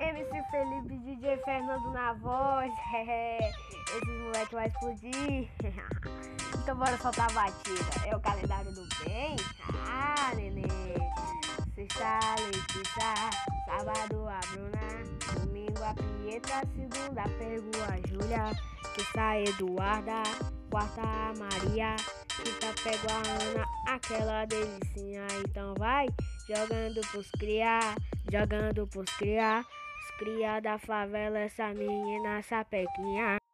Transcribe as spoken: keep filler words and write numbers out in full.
M C Felipe, D J Fernando na voz. Esses moleque vai explodir. Então bora soltar a batida. É o calendário do bem. Ah, neném. Sexta, Letícia. Sábado, a Bruna. Domingo, a Pietra. Segunda, pego a Júlia. Terça, Eduarda. Quarta, a Maria. Quinta, pego a Ana. Aquela delicinha. Então vai jogando pros cria. Jogando pros cria. Os cria da favela. Essa menina sapequinha.